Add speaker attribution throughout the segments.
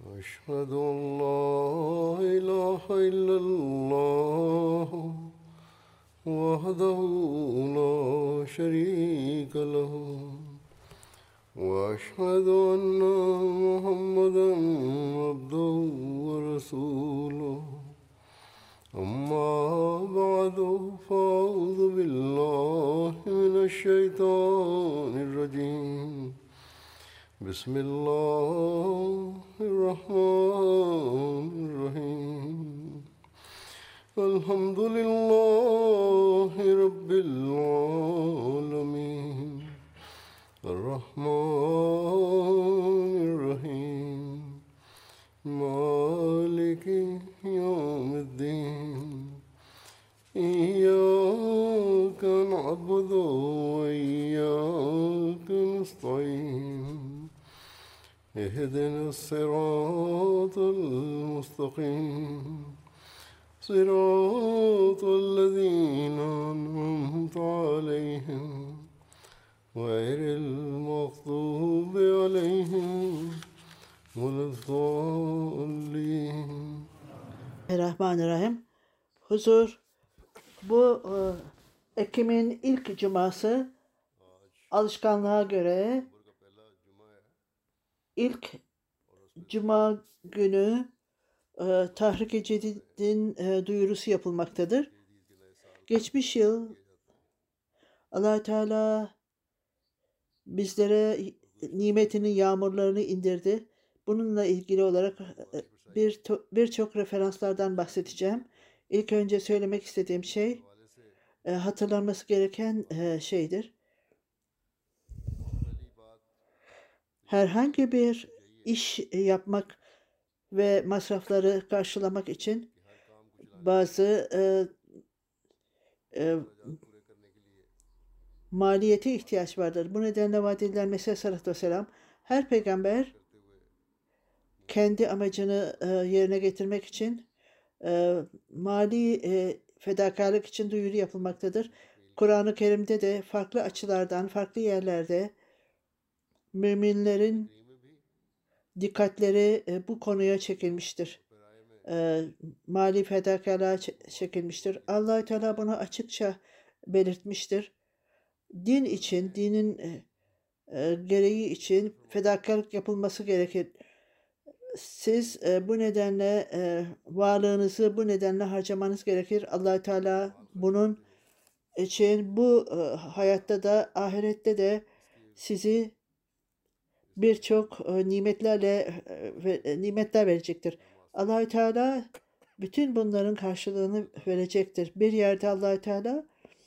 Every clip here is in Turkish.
Speaker 1: أشهد أن لا إله إلا الله وحده لا شريك له وأشهد أن محمدا عبده ورسوله أما بعد فأعوذ بالله من الشيطان الرجيم بسم الله الرحمن الرحيم الحمد لله رب العالمين الرحمن الرحيم مالك يوم الدين إياك نعبد وإياك نستعين اهدنا الصراط المستقيم صراط الذين أنعمت عليهم غير المغضوب عليهم ولا الضالين.
Speaker 2: Bismillahirrahmanirrahim. Huzur, bu Ekim'in ilk cuması alışkanlığa göre ilk cuma günü Tahrik-i Cedid'in duyurusu yapılmaktadır. Geçmiş yıl Allah Teala bizlere nimetinin yağmurlarını indirdi. Bununla ilgili olarak birçok referanslardan bahsedeceğim. İlk önce söylemek istediğim şey hatırlanması gereken şeydir. Herhangi bir iş yapmak ve masrafları karşılamak için bazı maliyete ihtiyaç vardır. Bu nedenle vaadiler Mesih Aleyhisselatü Vesselam her peygamber kendi amacını yerine getirmek için mali fedakarlık için duyuru yapılmaktadır. Kur'an-ı Kerim'de de farklı açılardan, farklı yerlerde müminlerin dikkatleri bu konuya çekilmiştir. Mali fedakarlığa çekilmiştir. Allah-u Teala bunu açıkça belirtmiştir. Din için, dinin gereği için fedakarlık yapılması gerekir. Siz bu nedenle varlığınızı bu nedenle harcamanız gerekir. Allah-u Teala bunun için bu hayatta da ahirette de sizi birçok nimetler verecektir. Allah-u Teala bütün bunların karşılığını verecektir. Bir yerde Allah-u Teala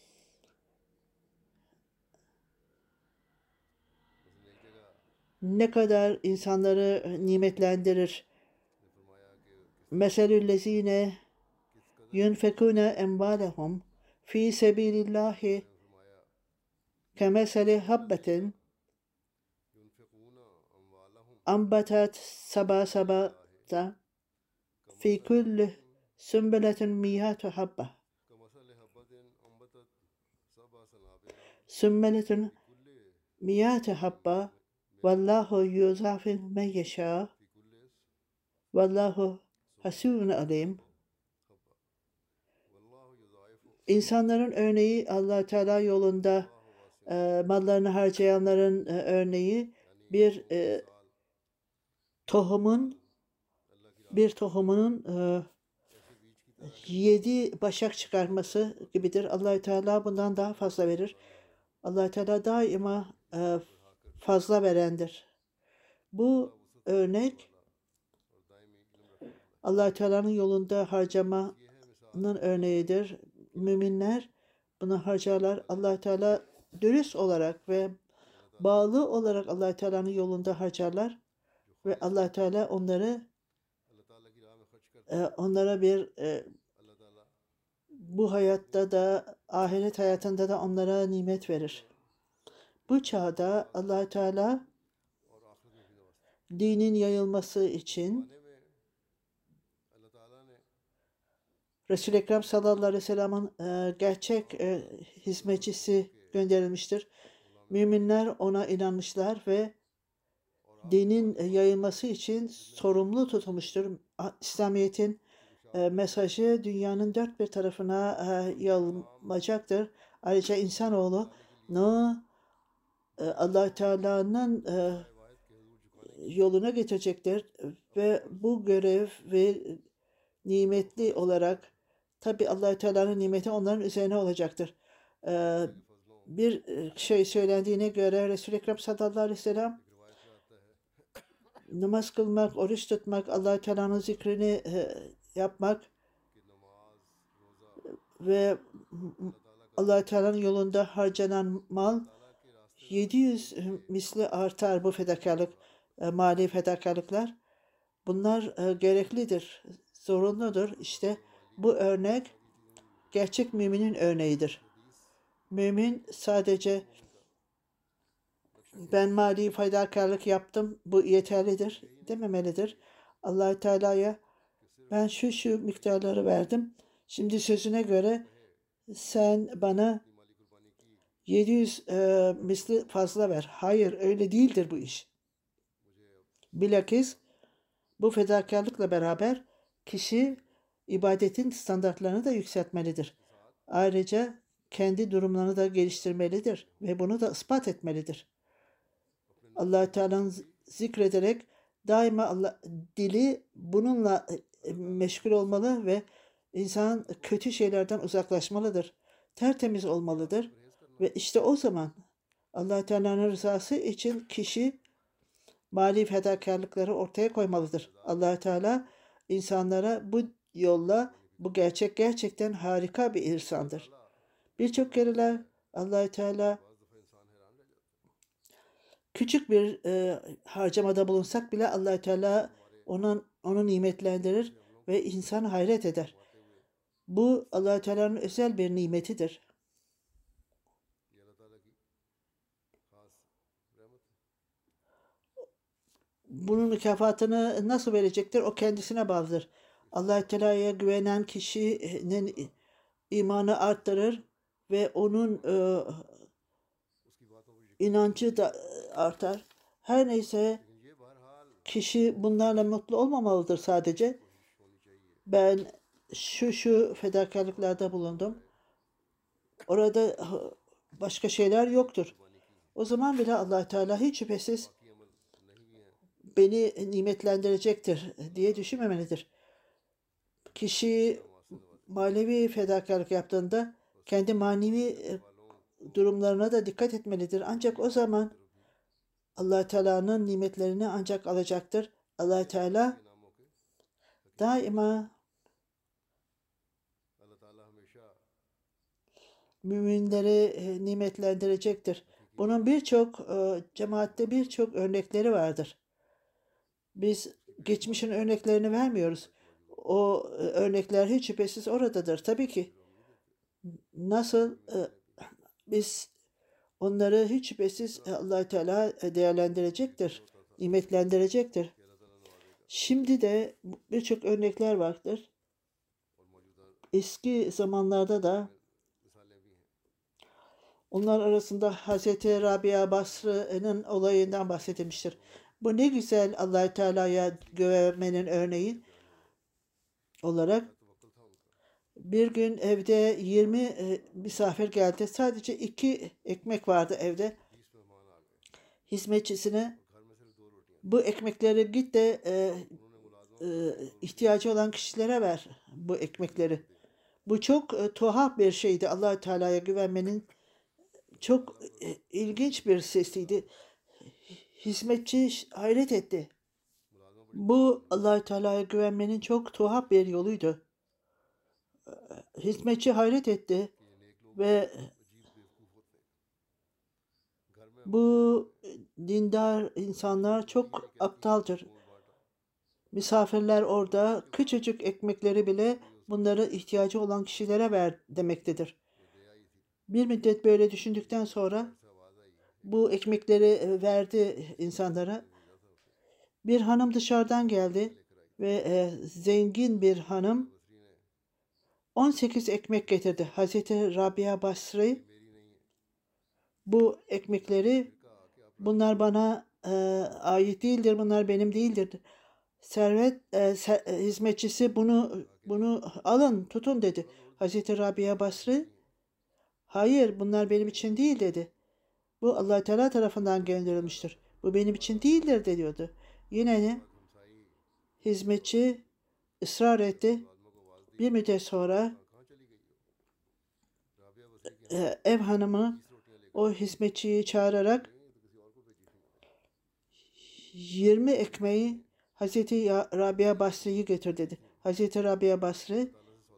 Speaker 2: ne kadar insanları nimetlendirir. Meselüllezine yunfekune emvalehum fi sebilillahi kemeseli habbetin ambatat sabata fi kulli sümbületin miyatu habba sümbületin miyatu habba vallahu yuzafil men yeşâ vallahu hasûn alim. İnsanların örneği Allah Teala yolunda mallarını harcayanların örneği bir tohumunun 7 başak çıkarması gibidir. Allah Teala bundan daha fazla verir. Allah Teala daima fazla verendir. Bu örnek Allah Teala'nın yolunda harcamanın örneğidir. Müminler bunu harcarlar. Allah Teala dürüst olarak ve bağlı olarak Allah Teala'nın yolunda harcarlar ve Allah Teala onlara bir bu hayatta da ahiret hayatında da onlara nimet verir. Bu çağda Allah Teala dinin yayılması için Resul-i Ekrem sallallahu aleyhi ve sellem'in gerçek hizmetçisi gönderilmiştir. Müminler ona inanmışlar ve dinin yayılması için sorumlu tutulmuştur. İslamiyet'in mesajı dünyanın dört bir tarafına yayılacaktır. Ayrıca insanoğlunu Allah Teala'nın yoluna getirecektir ve bu görev ve nimetli olarak tabi Allah Teala'nın nimeti onların üzerine olacaktır. Bir şey söylendiğine göre Resul-i Ekrem sallallahu aleyhi ve sellem namaz kılmak, oruç tutmak, Allah Teala'nın zikrini yapmak ve Allah Teala'nın yolunda harcanan mal 700 misli artar bu fedakarlık, mali fedakarlıklar. Bunlar gereklidir, zorunludur. İşte bu örnek gerçek müminin örneğidir. Mümin sadece ben mali fedakarlık yaptım, bu yeterlidir dememelidir. Allah Teala'ya ben şu miktarları verdim. Şimdi sözüne göre sen bana 700 misli fazla ver. Hayır, öyle değildir bu iş. Bilakis bu fedakarlıkla beraber kişi ibadetin standartlarını da yükseltmelidir. Ayrıca kendi durumlarını da geliştirmelidir ve bunu da ispat etmelidir. Allah Teala'nı zikrederek daima dili bununla meşgul olmalı ve insan kötü şeylerden uzaklaşmalıdır. Tertemiz olmalıdır. Ve işte o zaman Allah Teala'nın rızası için kişi mali fedakarlıkları ortaya koymalıdır. Allah Teala insanlara bu yolla bu gerçekten harika bir ihsandır. Birçok kereler Allah Teala küçük bir harcamada bulunsak bile Allah Teala onu nimetlendirir ve insan hayret eder. Bu Allah Teala'nın özel bir nimetidir. Bunun mükafatını nasıl verecektir? O kendisine bağlıdır. Allah Teala'ya güvenen kişinin imanı arttırır ve onun inancı da artar. Her neyse kişi bunlarla mutlu olmamalıdır sadece. Ben şu fedakarlıklarda bulundum. Orada başka şeyler yoktur. O zaman bile Allah Teala hiç şüphesiz beni nimetlendirecektir diye düşünmemelidir. Kişi manevi fedakarlık yaptığında kendi manevi durumlarına da dikkat etmelidir. Ancak o zaman Allah Teala'nın nimetlerini ancak alacaktır. Allah Teala daima müminleri nimetlendirecektir. Bunun cemaatte birçok örnekleri vardır. Biz geçmişin örneklerini vermiyoruz. O örnekler hiç şüphesiz oradadır. Tabii ki nasıl biz onları hiç şüphesiz Allah Teala değerlendirecektir, nimetlendirecektir. Şimdi de birçok örnekler vardır. Eski zamanlarda da onlar arasında Hazreti Rabia Basra'nın olayından bahsedilmiştir. Bu ne güzel Allah Teala'ya güvenmenin örneği olarak. Bir gün evde 20 misafir geldi. Sadece 2 ekmek vardı evde. Hizmetçisine bu ekmekleri git de ihtiyacı olan kişilere ver bu ekmekleri. Bu çok tuhaf bir şeydi. Allah Teala'ya güvenmenin çok ilginç bir sesiydi. Hizmetçi hayret etti. Bu Allah Teala'ya güvenmenin çok tuhaf bir yoluydu. Hizmetçi hayret etti ve bu dindar insanlar çok aptaldır. Misafirler orada küçücük ekmekleri bile bunları ihtiyacı olan kişilere ver demektedir. Bir müddet böyle düşündükten sonra bu ekmekleri verdi insanlara. Bir hanım dışarıdan geldi ve zengin bir hanım 18 ekmek getirdi. Hazreti Rabia Basri bu ekmekleri bunlar bana ait değildir, bunlar benim değildir. Hizmetçisi bunu alın, tutun dedi. Hazreti Rabia Basri, hayır bunlar benim için değil dedi. Bu Allah Teala tarafından gönderilmiştir. Bu benim için değildir de diyordu. Yine de hizmetçi ısrar etti. Bir müddet sonra ev hanımı o hizmetçiyi çağırarak 20 ekmeği Hazreti Rabia Basri'yi götür dedi. Hazreti Rabia Basri,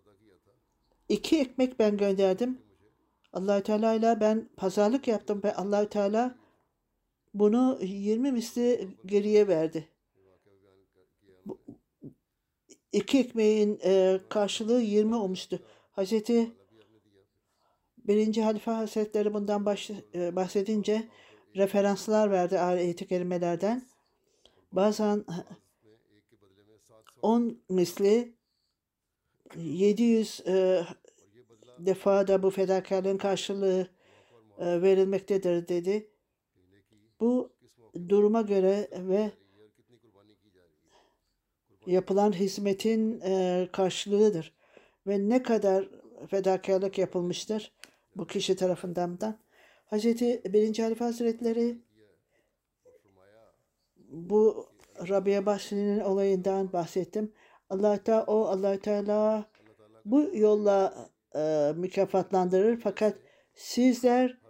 Speaker 2: 2 ekmek ben gönderdim. Allah-u Teala ile ben pazarlık yaptım ve Allah-u Teala bunu 20 misli geriye verdi. 2 ekmeğin karşılığı 20 olmuştu. Hazreti 1. Halife Hazretleri bundan bahsedince referanslar verdi ayet-i kerimelerden. Bazen 10 misli 700 defa da bu fedakarlığın karşılığı verilmektedir dedi. Bu duruma göre ve yapılan hizmetin karşılığıdır. Ve ne kadar fedakarlık yapılmıştır bu kişi tarafından. Hazreti 1. Halife Hazretleri bu Rabia Basri'nin olayından bahsettim. Allah Teala bu yolla mükafatlandırır. Fakat sizler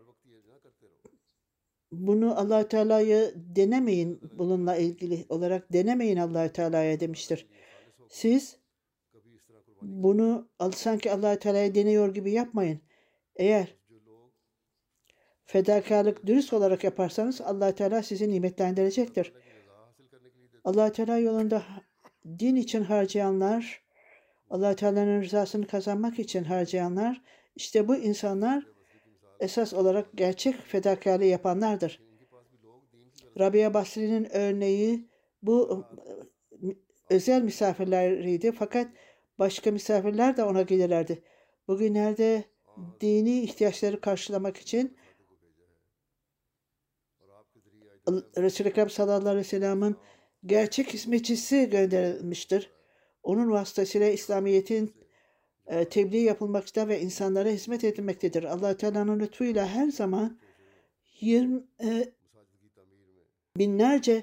Speaker 2: bunu Allah Teala'yı denemeyin, bununla ilgili olarak denemeyin Allah Teala'ya demiştir. Siz bunu sanki Allah Teala'ya deniyor gibi yapmayın. Eğer fedakarlık dürüst olarak yaparsanız Allah Teala sizi nimetlendirecektir. Allah Teala yolunda din için harcayanlar, Allah Teala'nın rızasını kazanmak için harcayanlar, işte bu insanlar esas olarak gerçek fedakarlığı yapanlardır. Rabia Basri'nin örneği bu özel misafirleriydi fakat başka misafirler de ona gelirlerdi. Bugünlerde dini ihtiyaçları karşılamak için Resul-i Ekrem sallallahu aleyhi ve sellem'in gerçek hizmetçisi gönderilmiştir. Onun vasıtasıyla İslamiyet'in tebliğ yapılmakta ve insanlara hizmet edilmektedir. Allah Teala'nın lütfuyla her zaman binlerce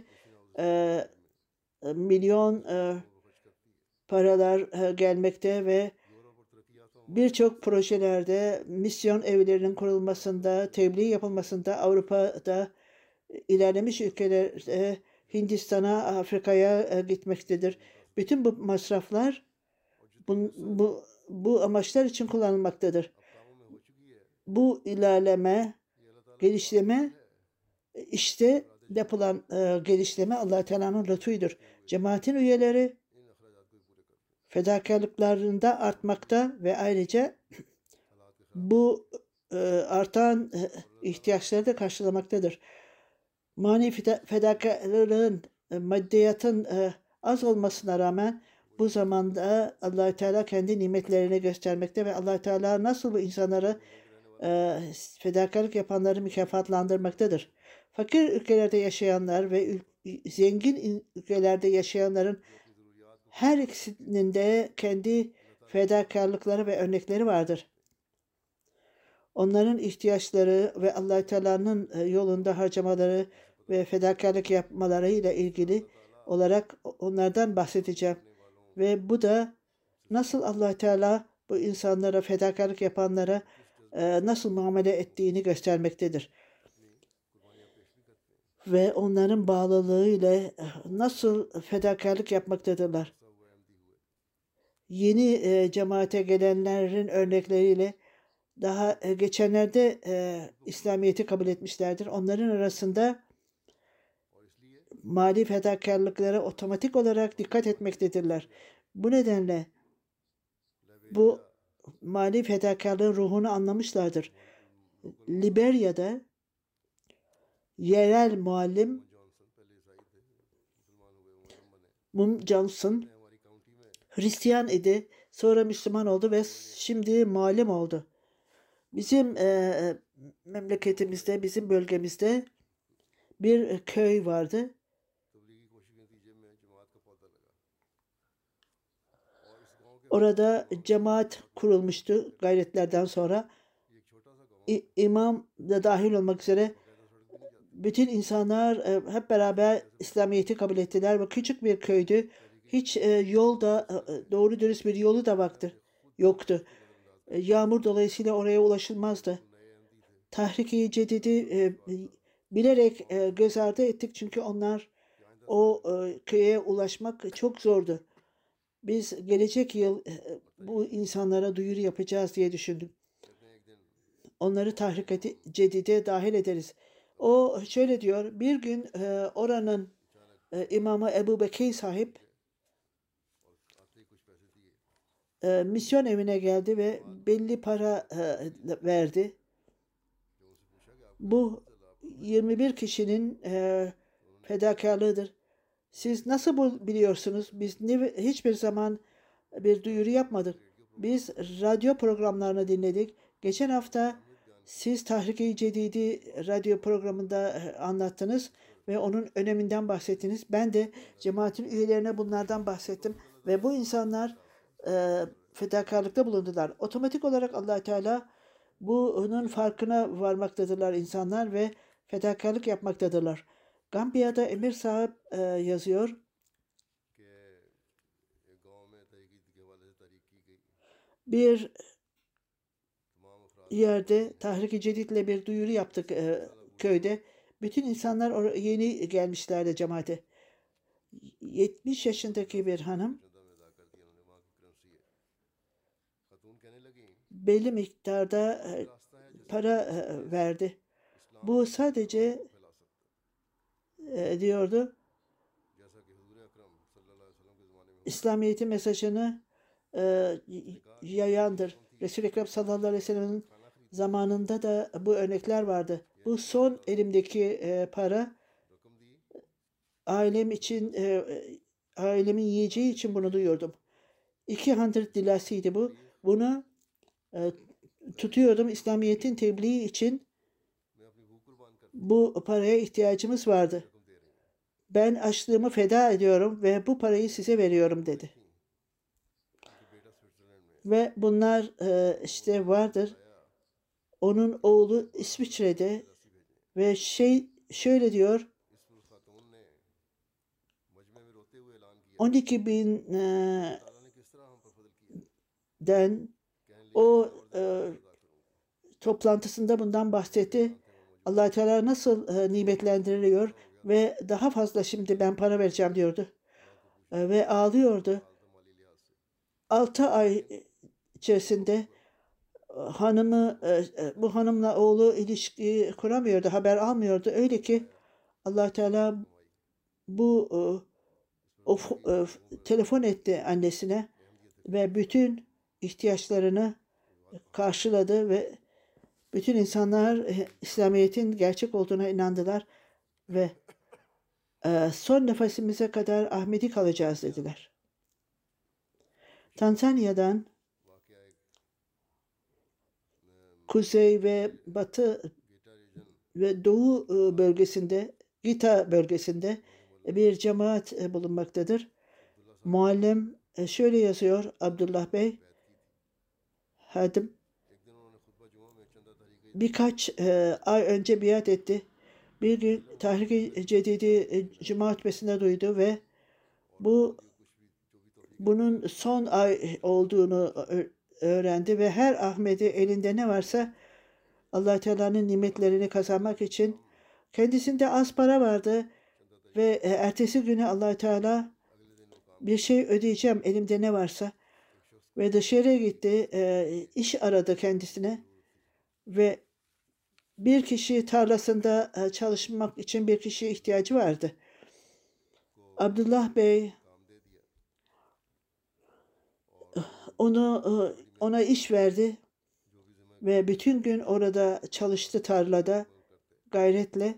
Speaker 2: milyon paralar gelmekte ve birçok projelerde misyon evlerinin kurulmasında, tebliğ yapılmasında, Avrupa'da ilerlemiş ülkelerde, Hindistan'a, Afrika'ya gitmektedir. Bütün bu masraflar bu amaçlar için kullanılmaktadır. Bu ilerleme, geliştirme, işte yapılan geliştirme Allah Teala'nın lütfuydur. Cemaatin üyeleri fedakarlıklarında artmakta ve ayrıca bu artan ihtiyaçları da karşılamaktadır. Manevi fedakarlığın, maddiyatın az olmasına rağmen bu zamanda Allah Teala kendi nimetlerini göstermekte ve Allah Teala nasıl bu insanları fedakarlık yapanları mükafatlandırmaktadır. Fakir ülkelerde yaşayanlar ve zengin ülkelerde yaşayanların her ikisinin de kendi fedakarlıkları ve örnekleri vardır. Onların ihtiyaçları ve Allah Teala'nın yolunda harcamaları ve fedakarlık yapmaları ile ilgili olarak onlardan bahsedeceğim. Ve bu da nasıl Allah Teala bu insanlara, fedakarlık yapanlara nasıl muamele ettiğini göstermektedir. Ve onların bağlılığı ile nasıl fedakarlık yapmaktadırlar. Yeni cemaate gelenlerin örnekleriyle daha geçenlerde İslamiyet'i kabul etmişlerdir. Onların arasında mali fedakarlıklara otomatik olarak dikkat etmektedirler. Bu nedenle bu mali fedakarlığın ruhunu anlamışlardır. Liberya'da yerel muallim Mum Johnson Hristiyan idi. Sonra Müslüman oldu ve şimdi muallim oldu. Bizim memleketimizde, bizim bölgemizde bir köy vardı. Orada cemaat kurulmuştu gayretlerden sonra. İmam da dahil olmak üzere bütün insanlar hep beraber İslamiyet'i kabul ettiler ve küçük bir köydü. Hiç yolda doğru dürüst bir yolu da yoktu. Yağmur dolayısıyla oraya ulaşılmazdı. Tahrik-i Cedid'i bilerek göz ardı ettik çünkü o köye ulaşmak çok zordu. Biz gelecek yıl bu insanlara duyuru yapacağız diye düşündüm. Onları Tahrik-i Cedid'e dahil ederiz. O şöyle diyor, bir gün oranın imamı Ebu Bekir sahip misyon evine geldi ve belli para verdi. Bu 21 kişinin fedakarlığıdır. Siz nasıl biliyorsunuz? Biz hiçbir zaman bir duyuru yapmadık. Biz radyo programlarını dinledik. Geçen hafta siz Tahrik-i Cedid'i radyo programında anlattınız ve onun öneminden bahsettiniz. Ben de cemaatin üyelerine bunlardan bahsettim ve bu insanlar fedakarlıkta bulundular. Otomatik olarak Allah Teala bunun farkına varmaktadırlar insanlar ve fedakarlık yapmaktadırlar. Gambiya'da Emir Sahip yazıyor. Bir yerde Tahrik-i Cedid'le bir duyuru yaptık köyde. Bütün insanlar yeni gelmişlerdi cemaate. 70 yaşındaki bir hanım belli miktarda para verdi. Bu sadece diyordu İslamiyet'in mesajını yayandır. Resul-i Ekrem sallallahu aleyhi ve sellem'in zamanında da bu örnekler vardı. Bu son elimdeki para ailem için ailemin yiyeceği için bunu duyuyordum. 200 dilasıydı bu. Bunu tutuyordum. İslamiyet'in tebliği için bu paraya ihtiyacımız vardı. Ben açlığımı feda ediyorum ve bu parayı size veriyorum dedi. Ve bunlar işte vardır. Onun oğlu İsviçre'de ve şöyle diyor 12.000'den o toplantısında bundan bahsetti. Allah Teala nasıl nimetlendiriyor ve daha fazla şimdi ben para vereceğim diyordu. Ve ağlıyordu. 6 ay içerisinde bu hanımla oğlu ilişki kuramıyordu, haber almıyordu. Öyle ki Allah Teala telefon etti annesine ve bütün ihtiyaçlarını karşıladı ve bütün insanlar İslamiyet'in gerçek olduğuna inandılar ve son nefesimize kadar Ahmedi kalacağız dediler. Tanzanya'dan kuzey ve batı ve doğu bölgesinde, Gita bölgesinde bir cemaat bulunmaktadır. Muallim şöyle yazıyor Abdullah Bey, Hadim birkaç ay önce biat etti. Bir gün Tahrik-i Cedid'i Cuma hutbesinde duydu ve bunun son ay olduğunu öğrendi ve her Ahmedi elinde ne varsa Allah Teala'nın nimetlerini kazanmak için kendisinde az para vardı ve ertesi günü Allah Teala bir şey ödeyeceğim elimde ne varsa ve dışarıya gitti, iş aradı kendisine ve bir kişi tarlasında çalışmak için bir kişiye ihtiyacı vardı. Abdullah Bey ona iş verdi ve bütün gün orada çalıştı tarlada gayretle.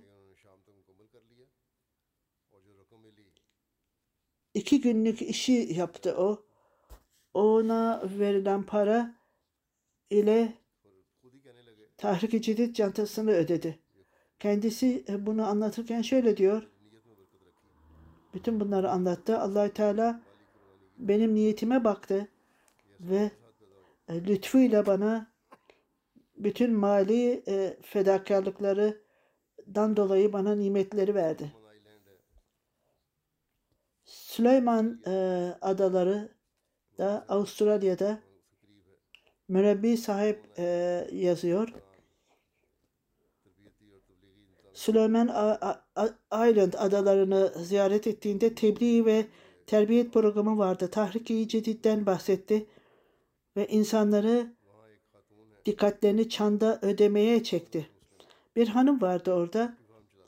Speaker 2: 2 günlük işi yaptı o. Ona verilen para ile Tahrik-i Cedid çantasını ödedi. Kendisi bunu anlatırken şöyle diyor. Bütün bunları anlattı. Allah-u Teala benim niyetime baktı ve lütfuyla bana bütün mali fedakarlıklarından dolayı bana nimetleri verdi. Süleyman Adaları da Avustralya'da mürebbi sahip yazıyor. Süleyman Island adalarını ziyaret ettiğinde tebliğ ve terbiyet programı vardı. Tahrik-i Cedid'den bahsetti ve insanları dikkatlerini çanda ödemeye çekti. Bir hanım vardı orada.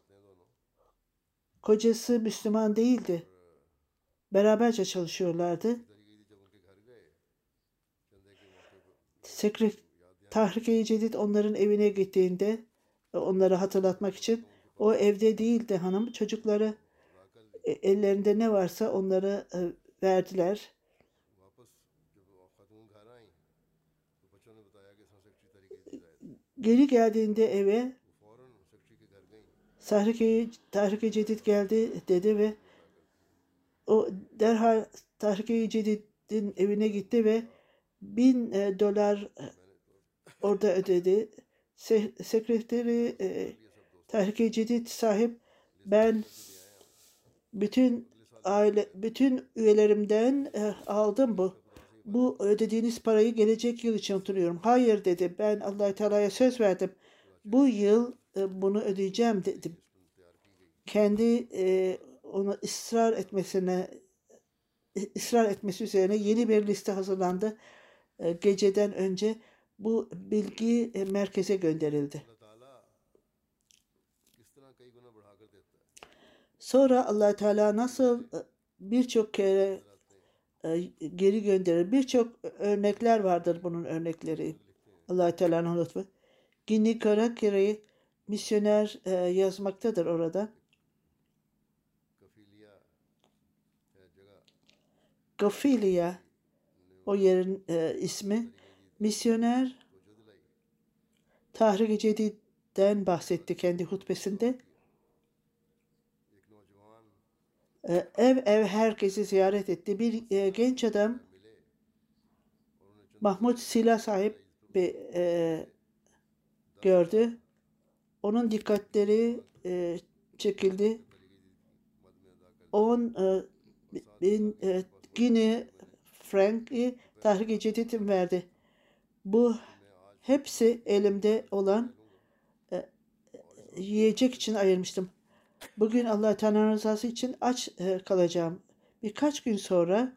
Speaker 2: Kocası Müslüman değildi. Beraberce çalışıyorlardı. Tahrik-i Cedid onların evine gittiğinde onları hatırlatmak için o evde değildi hanım. Çocukları ellerinde ne varsa onları verdiler. Geri geldiğinde eve Tahrik-i Cedid geldi dedi ve o derhal Tahrik-i Cedid'in evine gitti ve $1000 orada ödedi. Sekreteri Tahrik-i Cedid sahip, ben bütün üyelerimden aldım bu ödediğiniz parayı gelecek yıl için oturuyorum. Hayır dedi. Ben Allah-u Teala'ya söz verdim. Bu yıl bunu ödeyeceğim dedim. Kendi onu ısrar etmesi üzerine yeni bir liste hazırlandı. Geceden önce bu bilgi merkeze gönderildi. Sonra Allah Teala nasıl birçok kere geri gönderir. Birçok örnekler vardır bunun örnekleri. Allah Teala'nın lütfu. Guinea Conakry'yi misyoner yazmaktadır orada. Gafilia o yerin ismi. Misyoner Tahrik-i Cedid'den bahsetti kendi hutbesinde. Ev ev herkesi ziyaret etti. Bir genç adam Mahmud silah sahip gördü. Onun dikkatleri çekildi. 10.000 Guinea Frank'i Tahrik-i Cedid'in verdi. Bu hepsi elimde olan yiyecek için ayırmıştım. Bugün Allah Teala'nın rızası için aç kalacağım. Birkaç gün sonra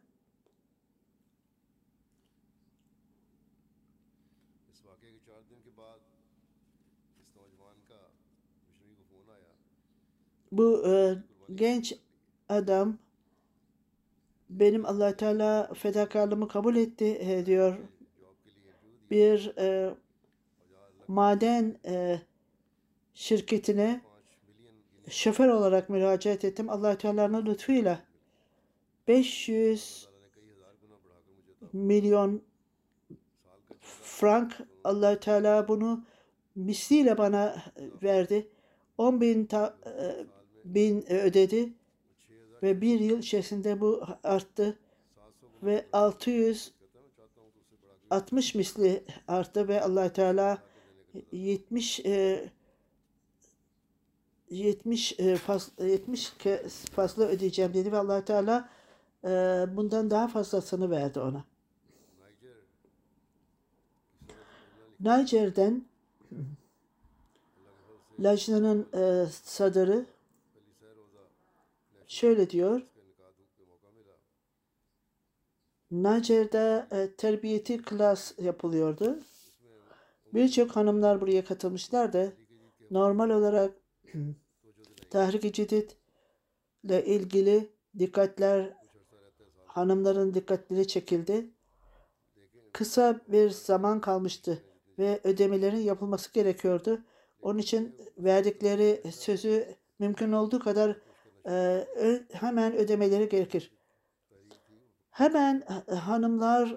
Speaker 2: bu genç adam benim Allah Teala fedakarlığımı kabul etti diyor. Bir maden şirketine şoför olarak müracaat ettim. Allah Teala'nın lütfuyla 500 milyon frank Allah Teala bunu misliyle bana verdi. 10.000 ödedi ve bir yıl içerisinde bu arttı ve 660 misli arttı ve Allah Teala 70 fazla ödeyeceğim dedi ve Allah Teala bundan daha fazlasını verdi ona. Niger'den Lajna'nın sadırı şöyle diyor. Niger'de terbiyeti klas yapılıyordu. Birçok hanımlar buraya katılmışlardı. Normal olarak Tahrik-i Cedid ile ilgili hanımların dikkatleri çekildi. Kısa bir zaman kalmıştı ve ödemelerin yapılması gerekiyordu. Onun için verdikleri sözü mümkün olduğu kadar hemen ödemeleri gerekir. Hemen hanımlar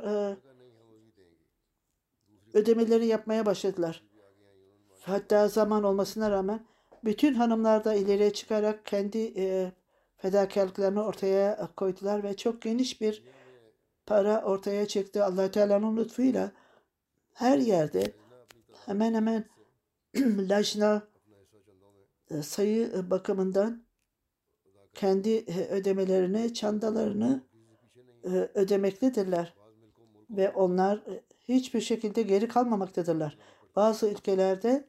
Speaker 2: ödemeleri yapmaya başladılar. Hatta zaman olmasına rağmen Bütün hanımlar da ileriye çıkarak kendi fedakarlıklarını ortaya koydular ve çok geniş bir para ortaya çıktı. Allah Teala'nın lütfuyla her yerde hemen hemen lajna sayı bakımından kendi ödemelerini, çandalarını ödemektedirler ve onlar hiçbir şekilde geri kalmamaktadırlar. Bazı ülkelerde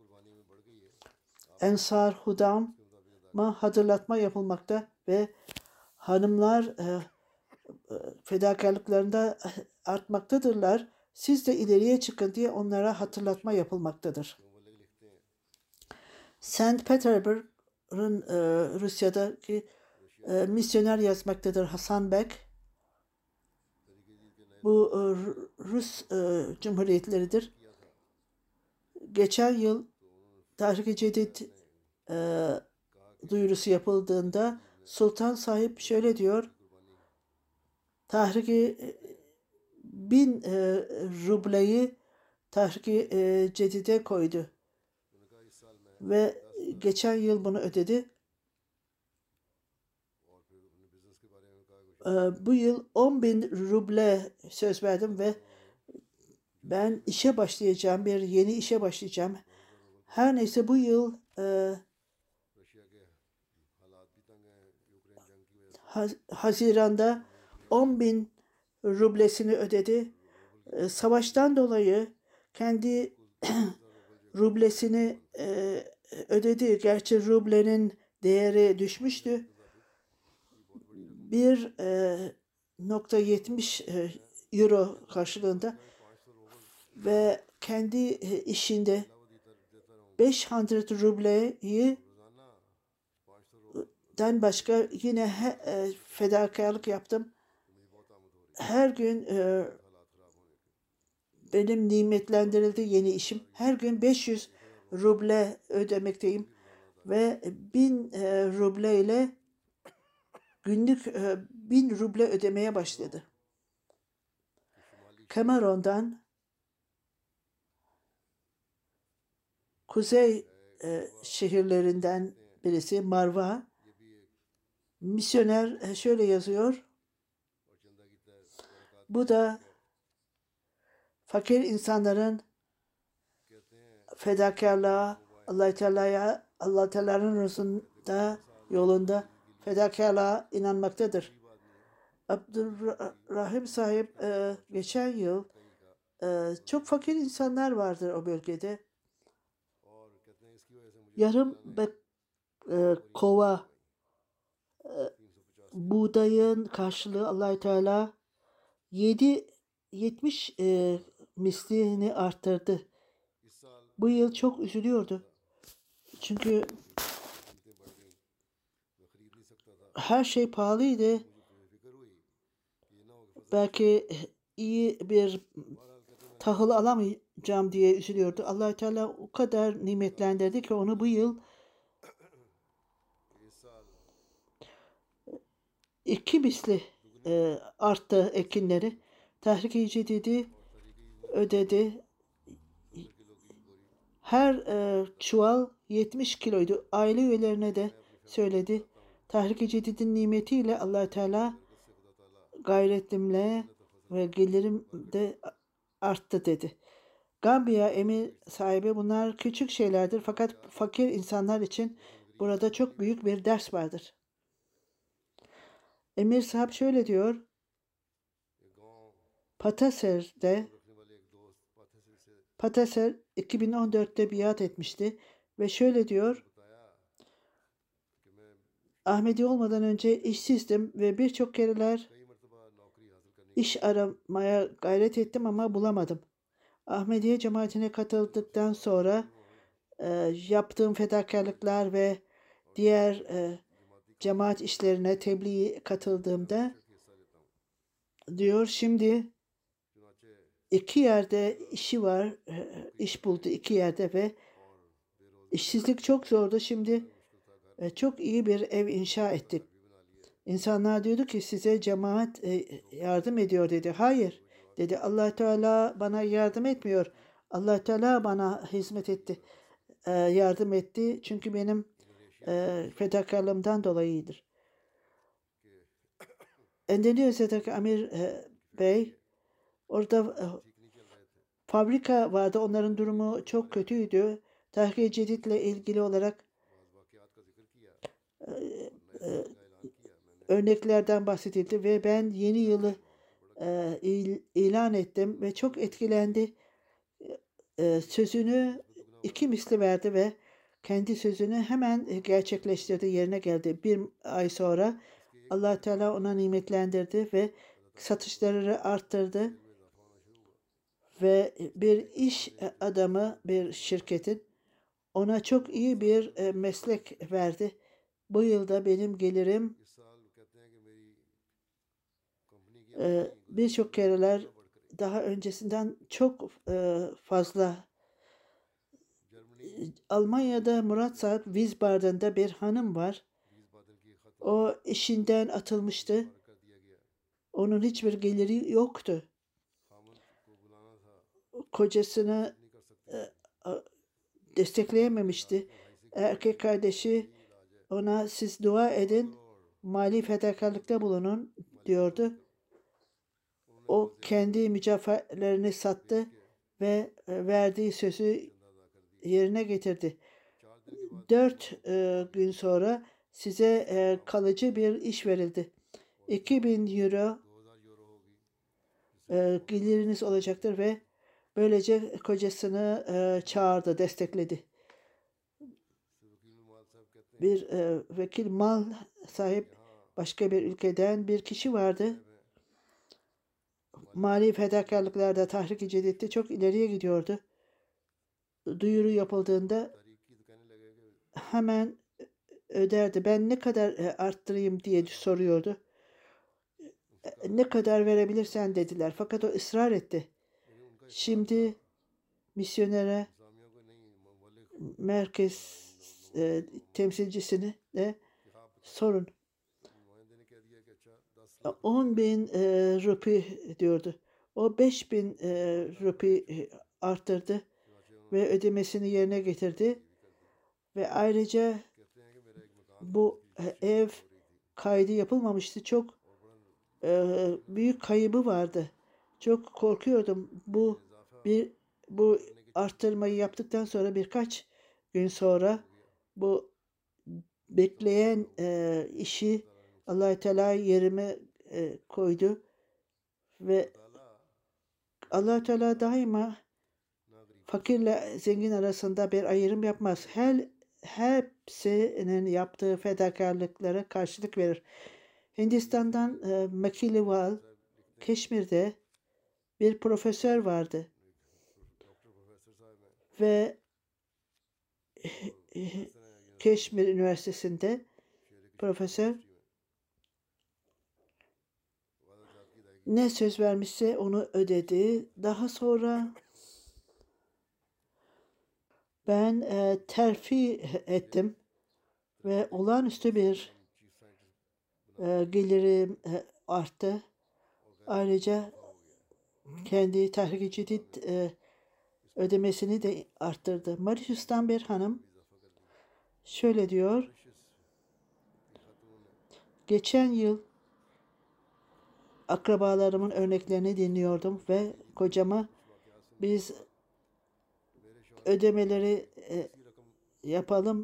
Speaker 2: Ensar Hudam'a hatırlatma yapılmakta ve hanımlar fedakarlıklarında artmaktadırlar. Siz de ileriye çıkın diye onlara hatırlatma yapılmaktadır. St. Petersburg'un Rusya'daki misyoner yazmaktadır Hasan Bek. Bu Rus cumhuriyetleridir. Geçen yıl Tahrik-i Cedid duyurusu yapıldığında Sultan Sahip şöyle diyor: Tahrik-i 1000 rubleyi Tahrik-i Cedid'e koydu ve geçen yıl bunu ödedi. Bu yıl 10.000 ruble söz verdim ve ben işe başlayacağım, bir yeni işe başlayacağım. Her neyse bu yıl Haziran'da 10.000 rublesini ödedi. Savaştan dolayı kendi rublesini ödedi. Gerçi rublenin değeri düşmüştü. 1.70 euro karşılığında ve kendi işinde 500 rubleyi başka yine fedakarlık yaptım. Her gün benim nimetlendirildi yeni işim. Her gün 500 ruble ödemekteyim ve 1000 ruble ile günlük 1000 ruble ödemeye başladı. Cameroon'dan kuzey şehirlerinden birisi Marva misyoner şöyle yazıyor. Bu da fakir insanların fedakarlığa, Allah Teala'nın yolunda fedakarlığa inanmaktadır. Abdurrahim sahip geçen yıl çok fakir insanlar vardır o bölgede. Yarım kova buğdayın karşılığı Allah Teala 70 mislini arttırdı. Bu yıl çok üzülüyordu. Çünkü her şey pahalıydı. Belki iyi bir tahıl alamayacağım diye üzülüyordu. Allah Teala o kadar nimetlendirdi ki onu bu yıl 2 misli arttı ekinleri. Tahrik-i Cedid'i ödedi. Her çuval 70 kiloydu. Aile üyelerine de söyledi. Tahrik-i Cedid'in nimetiyle Allah Teala gayretimle ve gelirim de arttı dedi. Gambiya emir sahibi bunlar küçük şeylerdir fakat fakir insanlar için burada çok büyük bir ders vardır. Emir sahip şöyle diyor. Pataser 2014'te biat etmişti ve şöyle diyor. Ahmedi olmadan önce işsizdim ve birçok kereler iş aramaya gayret ettim ama bulamadım. Ahmediye cemaatine katıldıktan sonra yaptığım fedakarlıklar ve diğer cemaat işlerine tebliğ katıldığımda diyor şimdi 2 yerde işi var, iş buldu 2 yerde ve işsizlik çok zordu. Şimdi çok iyi bir ev inşa ettik. İnsanlar diyordu ki size cemaat yardım ediyor dedi. Hayır dedi. Allah Teala bana yardım etmiyor. Allah Teala bana hizmet etti. yardım etti. Çünkü benim fedakarlığımdan dolayıdır. Endonezya'daki Amir Bey, orada fabrika vardı. Onların durumu çok kötüydü. Tahrir-i Cedid'le ilgili olarak örneklerden bahsedildi ve ben yeni yılı ilan ettim ve çok etkilendi. Sözünü iki misli verdi ve kendi sözünü hemen gerçekleştirdi, yerine geldi. Bir ay sonra Allah Teala ona nimetlendirdi ve satışları arttırdı ve bir iş adamı, bir şirketin ona çok iyi bir meslek verdi. Bu yılda benim gelirim birçok kereler daha öncesinden çok fazla. Almanya'da Murat Saat Wiesbaden'da bir hanım var. O işinden atılmıştı. Onun hiçbir geliri yoktu. Kocasını destekleyememişti. Erkek kardeşi ona siz dua edin, mali fedakarlıkta bulunun diyordu. O kendi mücevherlerini sattı ve verdiği sözü yerine getirdi. 4 gün sonra size kalıcı bir iş verildi. 2000 euro geliriniz olacaktır ve böylece kocasını çağırdı, destekledi. Bir vekil mal sahip başka bir ülkeden bir kişi vardı. Mali fedakarlıklarda Tahrik-i Cedid'de çok ileriye gidiyordu. Duyuru yapıldığında hemen öderdi. Ben ne kadar arttırayım diye soruyordu. Ne kadar verebilirsen dediler. Fakat o ısrar etti. Şimdi misyonere merkez temsilcisini de sorun. 10.000 rupi diyordu. O 5.000 rupi arttırdı ve ödemesini yerine getirdi. Ve ayrıca bu ev kaydı yapılmamıştı. Çok büyük kaybı vardı. Çok korkuyordum. Bu arttırmayı yaptıktan sonra birkaç gün sonra bu bekleyen işi Allah-u Teala yerime koydu ve Allah-u Teala daima fakirle zengin arasında bir ayrım yapmaz. Hepsinin yaptığı fedakarlıklara karşılık verir. Hindistan'dan Makiliwal, Keşmir'de bir profesör vardı ve Keşmir Üniversitesi'nde profesör ne söz vermişse onu ödedi. Daha sonra ben terfi ettim ve olağanüstü bir gelirim arttı. Ayrıca kendi Tahrik-i Cedid ödemesini de arttırdı. Mauritius'tan bir hanım şöyle diyor. Geçen yıl akrabalarımın örneklerini dinliyordum ve kocama biz ödemeleri yapalım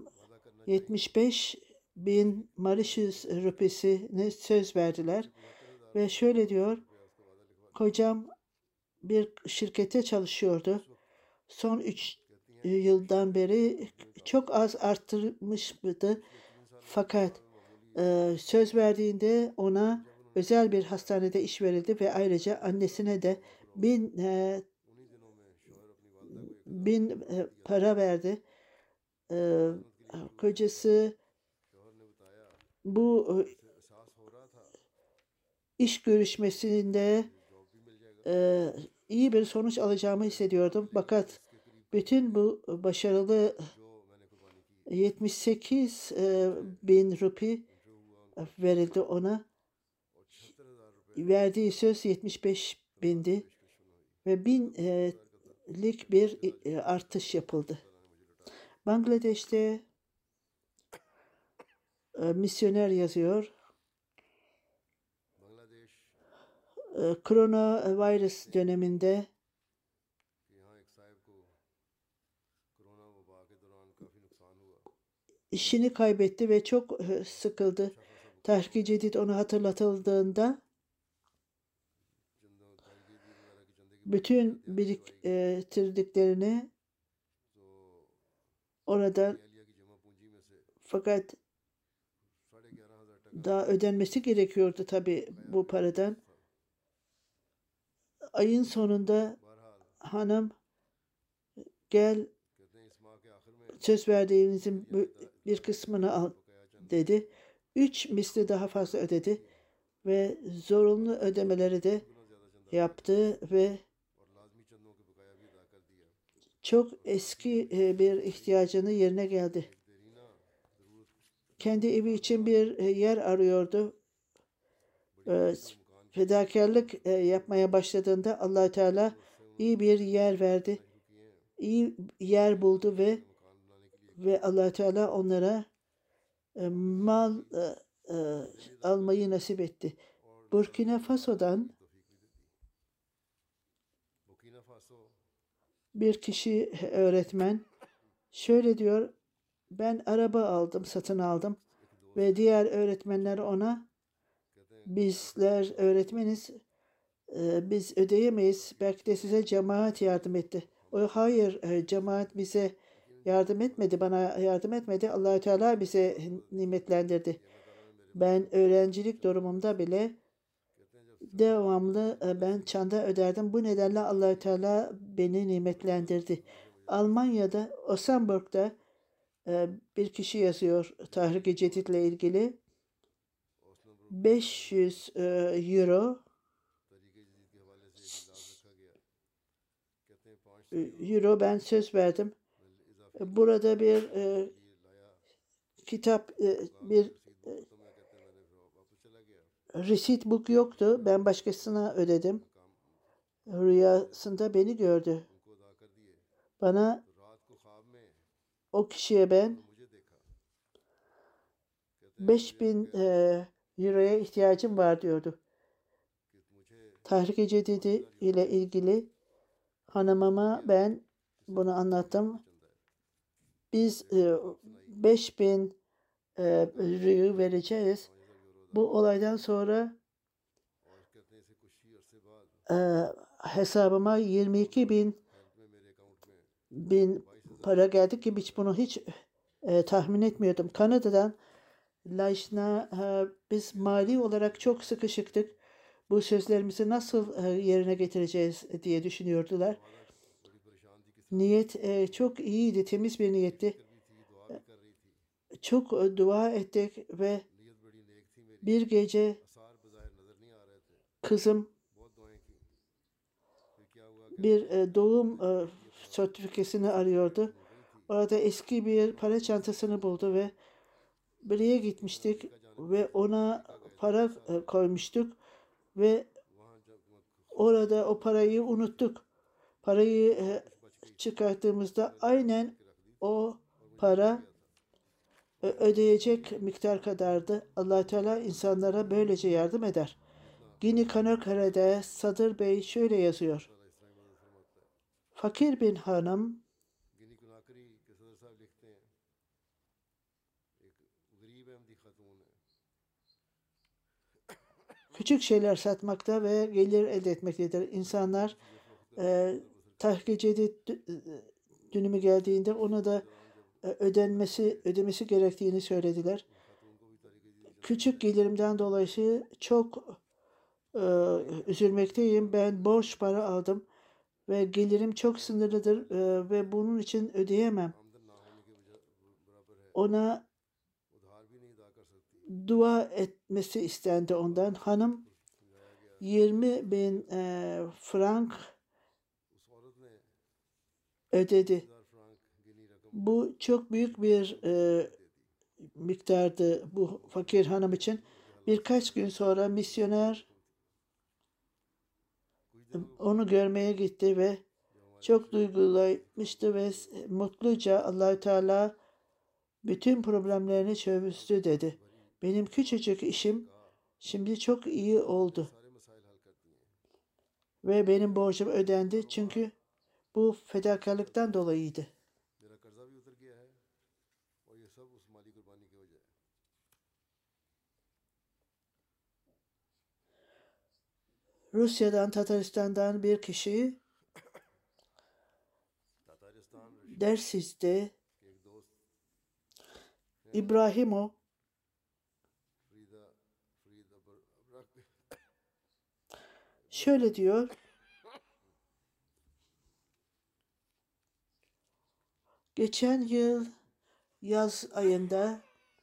Speaker 2: 75.000 Mauritius rupisini söz verdiler ve şöyle diyor, kocam bir şirkete çalışıyordu. Son 3 yıldan beri çok az arttırmıştı. Fakat söz verdiğinde ona özel bir hastanede iş verildi ve ayrıca annesine de bin para verdi. Kocası bu iş görüşmesinde iyi bir sonuç alacağımı hissediyordum. Fakat bütün bu başarılı 78.000 rupi verildi ona. Verdiği söz 75.000'di ve 1000'lik bir artış yapıldı. Bangladeş'te misyoner yazıyor.
Speaker 1: बांग्लादेश
Speaker 2: Koronavirüs döneminde
Speaker 1: कि यहाँ एक साहब को कोरोना वबा के दौरान काफ़ी नुकसान हुआ
Speaker 2: işini kaybetti ve çok sıkıldı.
Speaker 1: अच्छा खासा
Speaker 2: Tahrik-i Cedid ona hatırlatıldığında
Speaker 1: चंदों तारीख दीद वगैरह की चंदे की
Speaker 2: bütün biriktirdiklerini
Speaker 1: तो
Speaker 2: oradan
Speaker 1: एलिया की जमा पूंजी में से
Speaker 2: fakat
Speaker 1: 11,500 टका
Speaker 2: daha ödenmesi gerekiyordu tabii bu paradan. Ayın sonunda
Speaker 1: बहरहाल
Speaker 2: hanım gel
Speaker 1: कहते हैं इस माह के आखिर में
Speaker 2: söz verdiğinizin bir kısmını al
Speaker 1: बकाया चंद
Speaker 2: dedi. 3 misli daha fazla ödedi ve zorunlu ödemeleri de
Speaker 1: गुना ज़्यादा चंदा
Speaker 2: yaptı ve
Speaker 1: और लाजमी चंदों के बकाया भी अदा कर दिया
Speaker 2: çok eski bir ihtiyacını yerine geldi.
Speaker 1: एक देरीना ज़रूरत
Speaker 2: Kendi evi için bir yer arıyordu. Fedakarlık yapmaya başladığında Allah Teala iyi bir yer verdi.
Speaker 1: शुरू किए हैं
Speaker 2: İyi yer buldu ve
Speaker 1: मकान बनाने के लिए
Speaker 2: Allah Teala onlara mal almayı nasip etti. Burkina Faso'dan
Speaker 1: तौफीक भी देती बुकीना फासो
Speaker 2: bir kişi öğretmen şöyle diyor: ben araba aldım, satın aldım ve diğer öğretmenler ona bizler öğretmeniz, biz ödeyemeyiz. Belki de size cemaat yardım etti. O hayır, cemaat bize yardım etmedi, bana yardım etmedi. Allahü Teala bize nimetlendirdi. Ben öğrencilik durumumda bile devamlı ben çanda öderdim. Bu nedenle Allahü Teala beni nimetlendirdi. Almanya'da Osnabrück'ta bir kişi yazıyor Tahrik-i Cedid ile ilgili. 500 euro
Speaker 1: तरीके जदीद के हवाले से एक इजलास रखा गया कहते हैं 5
Speaker 2: euro ben söz verdim.
Speaker 1: इजाफी
Speaker 2: Burada bir
Speaker 1: लिए लाया
Speaker 2: kitap, bir
Speaker 1: रसीद बुक तो मैं कहते हैं मैंने फिर वापस चला गया
Speaker 2: receipt book yoktu. Ben başkasına ödedim.
Speaker 1: काम
Speaker 2: Rüyasında beni gördü.
Speaker 1: उनको अदा कर दिए
Speaker 2: Bana
Speaker 1: तो रात को ख्वाब में
Speaker 2: o kişiye ben
Speaker 1: मुझे देखा कहते हैं
Speaker 2: 5000 euroya ihtiyacım var diyordu.
Speaker 1: कि मुझे
Speaker 2: Tahrik-i Cedid ile ilgili hanımıma ben bunu anlattım.
Speaker 1: चंदा है
Speaker 2: Biz 5000 euro vereceğiz.
Speaker 1: 5,000 euro
Speaker 2: Bu olaydan sonra
Speaker 1: और कहते हैं इसे कुछ ही अरसे बाद
Speaker 2: hesabıma 22 bin
Speaker 1: हेल्प में मेरे अकाउंट में
Speaker 2: para geldi ki hiç tahmin etmiyordum. Kanada'dan Lajna biz mali olarak çok sıkışıktık. Bu sözlerimizi nasıl yerine getireceğiz diye düşünüyordular.
Speaker 1: बड़ी परेशान थी कि
Speaker 2: Niyet çok iyiydi, temiz bir niyetti.
Speaker 1: फिक्र भी थी दुआ भी कर रही थी
Speaker 2: Çok dua ettik ve
Speaker 1: नीयत बड़ी नेक थी मेरी
Speaker 2: bir gece
Speaker 1: आसार बज़ाहिर नज़र नहीं आ रहे थे
Speaker 2: kızım
Speaker 1: बहुत दुआएं की फिर क्या हुआ कि
Speaker 2: bir doğum sertifikasını arıyordu. Orada eski bir para çantasını buldu ve buraya gitmiştik ve ona para koymuştuk ve
Speaker 1: वहाँ जब
Speaker 2: orada o parayı unuttuk. Parayı çıkarttığımızda aynen o para ödeyecek miktar kadardı. Allah Teala insanlara böylece yardım eder. Gini Kanakara'da Sadır Bey şöyle yazıyor:
Speaker 1: अल्लाह इस तरह की मदद फरमाता है
Speaker 2: Fakir bin hanım
Speaker 1: गिनी कुनाकरी के सदर साहब लिखते हैं एक गरीब अहमदी खातून है
Speaker 2: küçük şeyler satmakta ve gelir elde etmektedir. İnsanlar Tahrik-i Cedid dönümü geldiğinde ona da ödemesi gerektiğini söylediler.
Speaker 1: खातून को भी तरीके
Speaker 2: Küçük gelirimden dolayı çok üzülmekteyim. Ben borç para aldım ve gelirim çok sınırlıdır ve bunun için ödeyemem.
Speaker 1: आमदन ना होने के बराबर है
Speaker 2: Ona
Speaker 1: उधार भी नहीं अदा कर सकती
Speaker 2: dua etmesi istendi ondan. Hanım
Speaker 1: समझाया गया
Speaker 2: 20 bin frank
Speaker 1: उस औरत ने
Speaker 2: ödedi.
Speaker 1: 1000 फ्रांक गिनी रकम
Speaker 2: Bu çok büyük bir miktardı bu fakir hanım için. Birkaç gün sonra misyoner
Speaker 1: कुछ दिन
Speaker 2: onu görmeye gitti ve çok duygulanmıştı ve mutluca Allahü Teala bütün problemlerini çözdü dedi. Benim küçücük işim şimdi çok iyi oldu
Speaker 1: सारे मसाइल हल करती हैं।
Speaker 2: ve benim borcum ödendi çünkü bu fedakarlıktan dolayıydı.
Speaker 1: मेरा कर्जा भी उतर गया है और ये सब उस माली कुर्बानी की वजह है।
Speaker 2: Rusya'dan, Tataristan'dan bir kişi
Speaker 1: तातारिस्तान रशिया
Speaker 2: Dersiz'de
Speaker 1: के एक दोस्त
Speaker 2: İbrahimo
Speaker 1: फरीदा फरीद अबरक
Speaker 2: şöyle diyor. Geçen yıl yaz ayında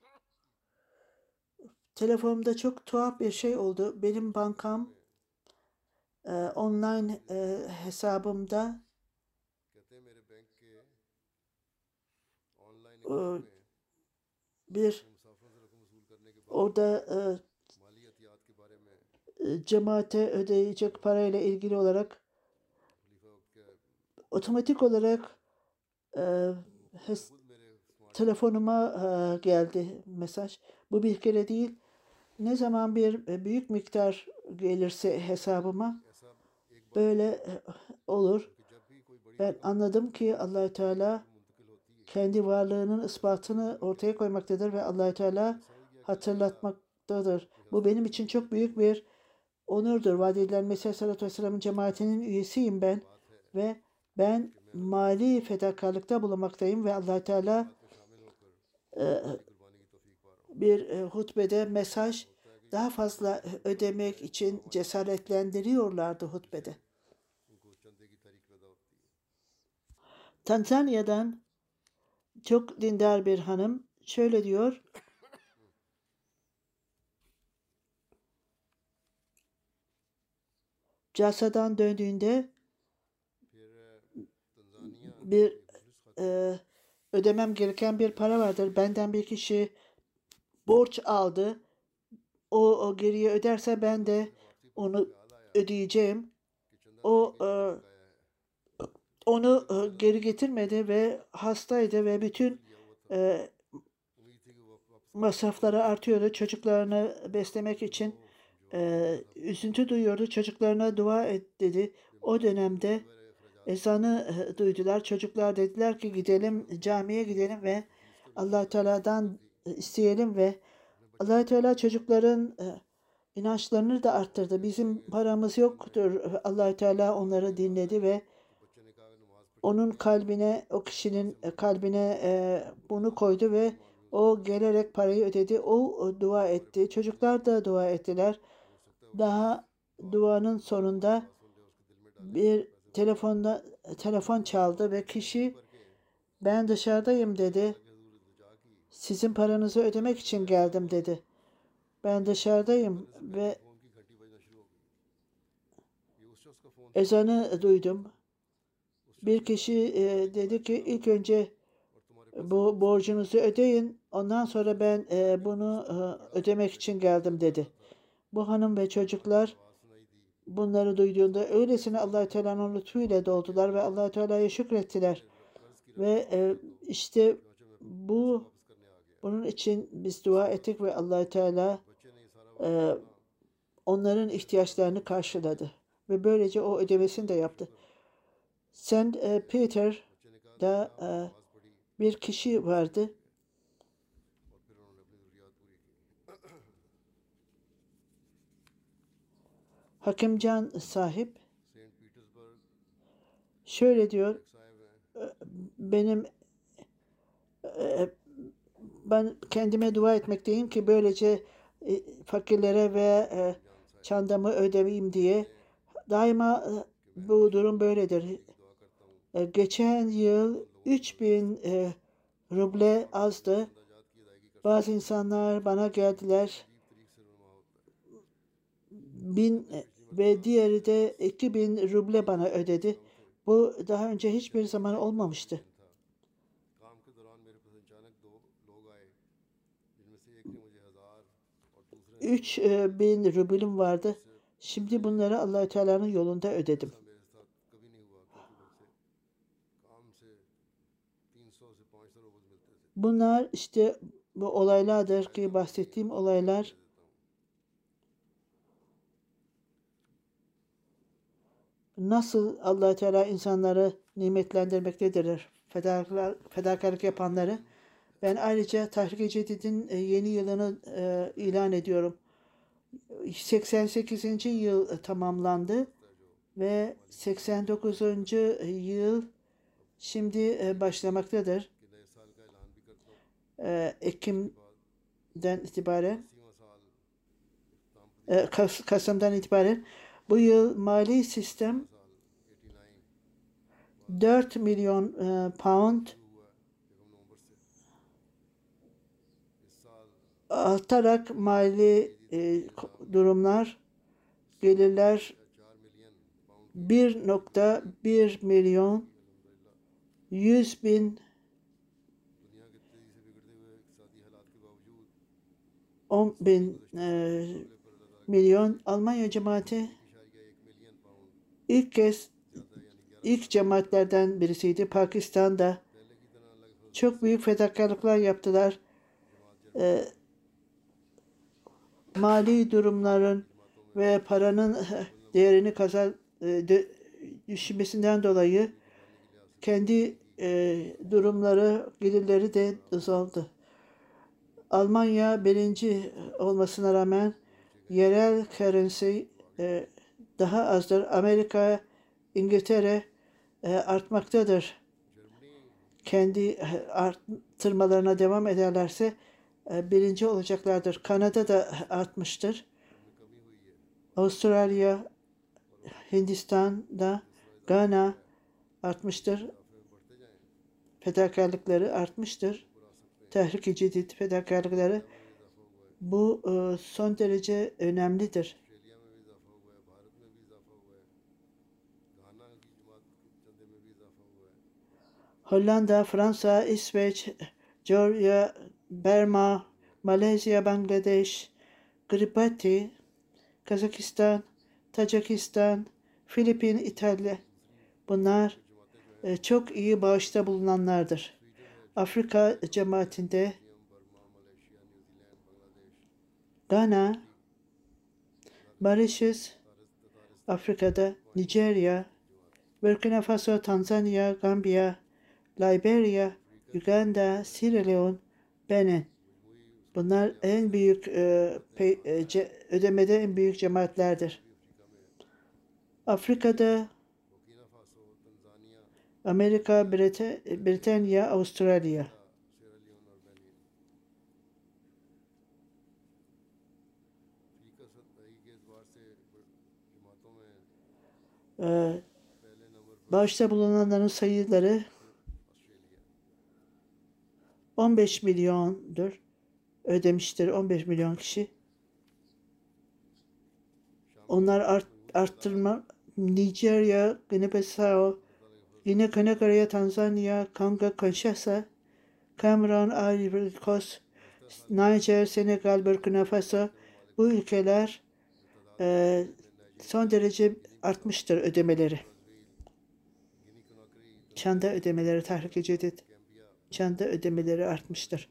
Speaker 2: telefonumda çok tuhaf bir şey oldu. Benim bankam online hesabımda
Speaker 1: कहते हैं मेरे बैंक के ऑनलाइन
Speaker 2: e,
Speaker 1: अकाउंट में
Speaker 2: bir
Speaker 1: मुसाफिरों से रकम वसूल करने के बाद
Speaker 2: orada
Speaker 1: माली एहतियात के बारे में
Speaker 2: cemaate ödeyecek parayla ilgili olarak
Speaker 1: खलीफा वक्त के
Speaker 2: otomatik olarak
Speaker 1: खुद मेरे स्मार्ट
Speaker 2: telefonuma geldi mesaj. Bu bir kere değil. Ne zaman bir büyük miktar gelirse hesabıma
Speaker 1: ऐसा एक बार
Speaker 2: böyle olur.
Speaker 1: कि जब भी कोई बड़ी
Speaker 2: Ben anladım ki Allahü Teala
Speaker 1: मुंतकिल होती है
Speaker 2: kendi varlığının ispatını ortaya koymaktadır ve Allahü Teala hatırlatmaktadır. Bu benim için çok büyük bir onurdur. Vaad edilen Mesih Aleyhisselatü Vesselam'ın cemaatinin üyesiyim ben
Speaker 1: बात है
Speaker 2: ve ben mali fedakarlıkta bulunmaktayım ve Allah Teala
Speaker 1: में शामिल होकर माली कुर्बानी की तौफीक पा रहा हूँ।
Speaker 2: bir hutbede mesaj daha fazla ödemek için cesaretlendiriyorlardı hutbede.
Speaker 1: उनको चंदे की तारीख पैदा होती है।
Speaker 2: Tanzanya'dan çok dindar bir hanım şöyle diyor. Casa'dan döndüğünde
Speaker 1: फिर तंजानिया
Speaker 2: bir
Speaker 1: एक मुफलिस खातून
Speaker 2: ödemem gereken bir para vardır. Benden bir kişi borç aldı. O geriye öderse ben de
Speaker 1: वापसी पर
Speaker 2: onu
Speaker 1: ख्याल आया
Speaker 2: ödeyeceğim.
Speaker 1: कि चंदा
Speaker 2: O
Speaker 1: देने के लिए चुकाया है
Speaker 2: onu geri getirmedi ve hastaydı ve bütün
Speaker 1: लिया हुआ था।
Speaker 2: e,
Speaker 1: उम्मीद थी कि वो वापस
Speaker 2: masrafları artıyordu. Çocuklarını beslemek için üzüntü duyuyordu. Çocuklarına dua et dedi. O dönemde
Speaker 1: वगैरह अखराजात
Speaker 2: ezanı duydular. Çocuklar dediler ki gidelim camiye gidelim ve Allah Teala'dan isteyelim ve Allah Teala çocukların inançlarını da arttırdı. Bizim paramız yoktur. Allah Teala onları dinledi ve
Speaker 1: बच्चे ने कहा नमाज पढ़
Speaker 2: onun kalbine, o kişinin kalbine bunu koydu ve o gelerek parayı ödedi. O dua etti. Çocuklar da dua ettiler. Daha duanın sonunda bir telefon çaldı ve kişi ben dışarıdayım dedi. Sizin paranızı ödemek için geldim dedi. Ben dışarıdayım ve
Speaker 1: फोन की घंटी बजना शुरू हो गई। ये उस शख्स का फोन
Speaker 2: ezanı duydum. Bir kişi dedi ki ilk önce
Speaker 1: और तुम्हारे
Speaker 2: bu borcunuzu ödeyin. Ondan sonra ben bunu ödemek için geldim dedi. Bu hanım ve çocuklar
Speaker 1: आवाज सुनाई दी।
Speaker 2: bunları duyduğunda öylesine Allah-u Teala'nın lütfuyla doldular ve Allah-u Teala'ya şükrettiler.
Speaker 1: कर्ज की
Speaker 2: Ve işte bu
Speaker 1: वापस करने आ गया।
Speaker 2: bunun için biz dua ettik ve Allah-u Teala
Speaker 1: बच्चे ने ये सारा
Speaker 2: onların ihtiyaçlarını karşıladı. Ve böylece o ödemesini de yaptı. St. Peter'da
Speaker 1: नमाज पढ़ी
Speaker 2: bir kişi vardı.
Speaker 1: और फिर उन्होंने अपनी जरूरियात पूरी की।
Speaker 2: Hakimcan sahip
Speaker 1: सेंट पीटर्सबर्ग
Speaker 2: şöyle diyor.
Speaker 1: एक साहब हैं
Speaker 2: Benim ben kendime dua etmekteyim ki böylece fakirlere ve çandamı ödemeyeyim diye. Daima bu durum böyledir.
Speaker 1: दुआ करता हूँ
Speaker 2: Geçen yıl 3000 ruble azdı.
Speaker 1: अंदाजात की अदायगी कर
Speaker 2: Bazı insanlar bana geldiler.
Speaker 1: अजीब तरीक से रुनमा होता है।
Speaker 2: 1000 ve diğeri de 2000 ruble bana ödedi. Bu daha önce hiçbir zaman olmamıştı.
Speaker 1: था काम के दौरान मेरे पास अचानक दो लोग आए जिनमें से एक ने मुझे 1000 और दूसरे ने
Speaker 2: 3000 rublim vardı. Şimdi bunları Allah-u Teala'nın yolunda ödedim.
Speaker 1: मेरे साथ कभी नहीं हुआ क्योंकि मुझसे
Speaker 2: Bunlar işte bu olaylardır ki bahsettiğim olaylar nasıl Allah Teala insanları nimetlendirmektedir. Fedakarlık yapanları. Ben ayrıca Tahrik-i Cedid'in yeni yılını ilan ediyorum. 88. yıl tamamlandı ve 89. yıl şimdi başlamaktadır. Ekim'den itibaren, Kasım'dan itibaren bu yıl mali sistem 4 milyon pound artarak mali durumlar, gelirler 1,1 milyon 100 bin 10 bin milyon. Almanya cemaati ilk cemaatlerden birisiydi. Pakistan'da çok büyük fedakarlıklar yaptılar. Mali durumların ve paranın değerini düşmesinden dolayı kendi durumları, gelirleri de azaldı. Almanya birinci olmasına rağmen yerel currency daha azdır. Amerika, İngiltere artmaktadır. Kendi arttırmalarına devam ederlerse birinci olacaklardır. Kanada da artmıştır. Avustralya, Hindistan'da, Gana artmıştır. Fedakarlıkları artmıştır. Tahrik-i Cedid fedakarlıkları. Bu son derece önemlidir. Hollanda, Fransa, İsveç, Georgia, Burma, Malezya, Bangladeş, Kiribati, Kazakistan, Tacikistan, Filipin, İtalya. Bunlar çok iyi bağışta bulunanlardır. Afrika cemaatinde Gana, Mauritius, Afrika'da Nijerya, Burkina Faso, Tanzanya, Gambiya, Liberya, Uganda, Sierra Leone, Benin. Bunlar en büyük ödemede en büyük cemaatlerdir. Afrika'da Amerika, Britanya, Avustralya. Bağışta bulunanların sayıları 15 milyondur. Ödemiştir 15 milyon kişi. Onlar arttırma Nijerya, Guinea-Bissau, Güney Tanzanya, Kongo, Kinshasa, Cameroon, Ivory Coast, Niger, Senegal, Burkina Faso, bu ülkeler son derece artmıştır ödemeleri. Çanda ödemeleri, Tahrik-i Cedid, Çanda ödemeleri artmıştır.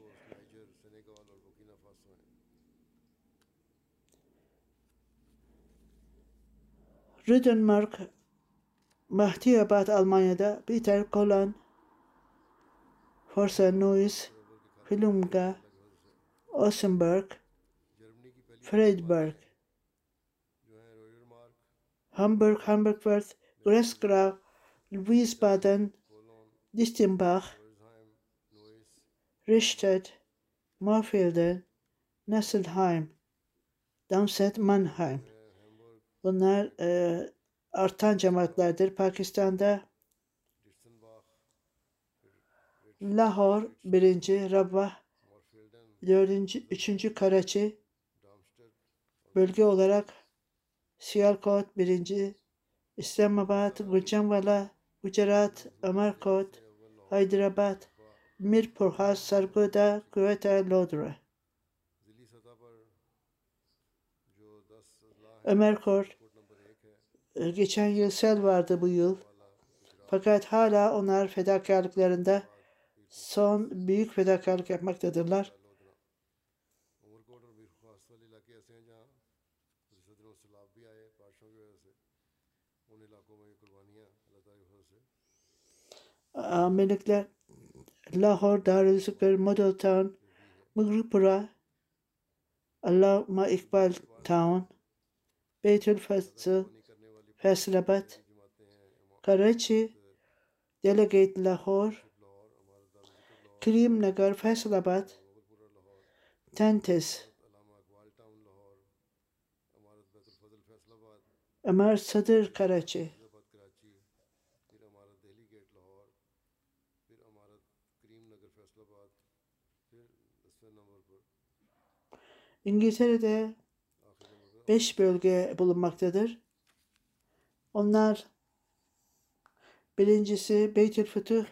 Speaker 2: Rüdenmark, Mahdiyabad, Almanya'da, Peter Kolan, Forza Neuss, Filunga, Ossenberg, Freiburg, Hamburg-Worth, Gressgrau, Wiesbaden, Distenbach, Richtert, Moorfielden, Nesselheim, Darmstadt, Mannheim. Bunlar artan cemaatlerdir. Pakistan'da Lahore 1. Rabwah 4. 3. Karachi, bölge olarak Sialkot 1. İslamabad, Gujranwala, Gujarat, Amarkot, Hyderabad, Mirpur Khas, Sargodha, Quetta, Lodra. Amarkot, geçen yıl sel vardı bu yıl. Fakat hala onlar fedakarlıklarında son büyük fedakarlık yapmaktadırlar.
Speaker 1: उमरकोट और मीर खास वाले इलाके ऐसे हैं जहाँ गुज़श्ता दिनों सैलाब भी आए बारिशों की वजह से उन इलाकों में ये कुर्बानियाँ अल्लाह ताला की फजल से
Speaker 2: Amenikler Lahore, Darülzikr, Model Town, Mughipura, Allama Iqbal Town, Beytül Fazıl,
Speaker 1: करने वाली
Speaker 2: Faisalabad,
Speaker 1: जमातें हैं
Speaker 2: Karachi, Delegate Lahore,
Speaker 1: लाहौर हमारा दारुल जिक्र लाहौर
Speaker 2: Karim Nagar, Faisalabad,
Speaker 1: मुगलपुरा लाहौर
Speaker 2: Tentis,
Speaker 1: अलामा इकबाल टाउन लाहौर हमारा बैतुल फजल फैसलाबाद
Speaker 2: Amar Sadr, Karachi.
Speaker 1: फैसलाबाद कराची फिर हमारा दिल्ली गेट लाहौर फिर हमारा करीम नगर फैसलाबाद फिर 10वें नंबर पर
Speaker 2: İngiltere'de
Speaker 1: आखिरी नंबर पर
Speaker 2: 5 bölge bulunmaktadır. Onlar birincisi Beytülfütüh,